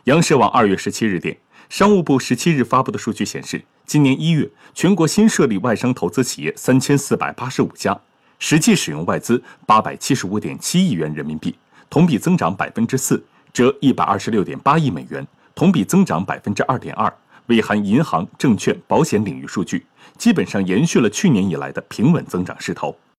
央视网2月17日电，商务部17日发布的数据显示，今年1月，全国新设立外商投资企业3485家，实际使用外资875.7亿元人民币，同比增长4%，折126.8亿美元，同比增长2.2%，未含银行、证券、保险领域数据，基本上延续了去年以来的平稳增长势头。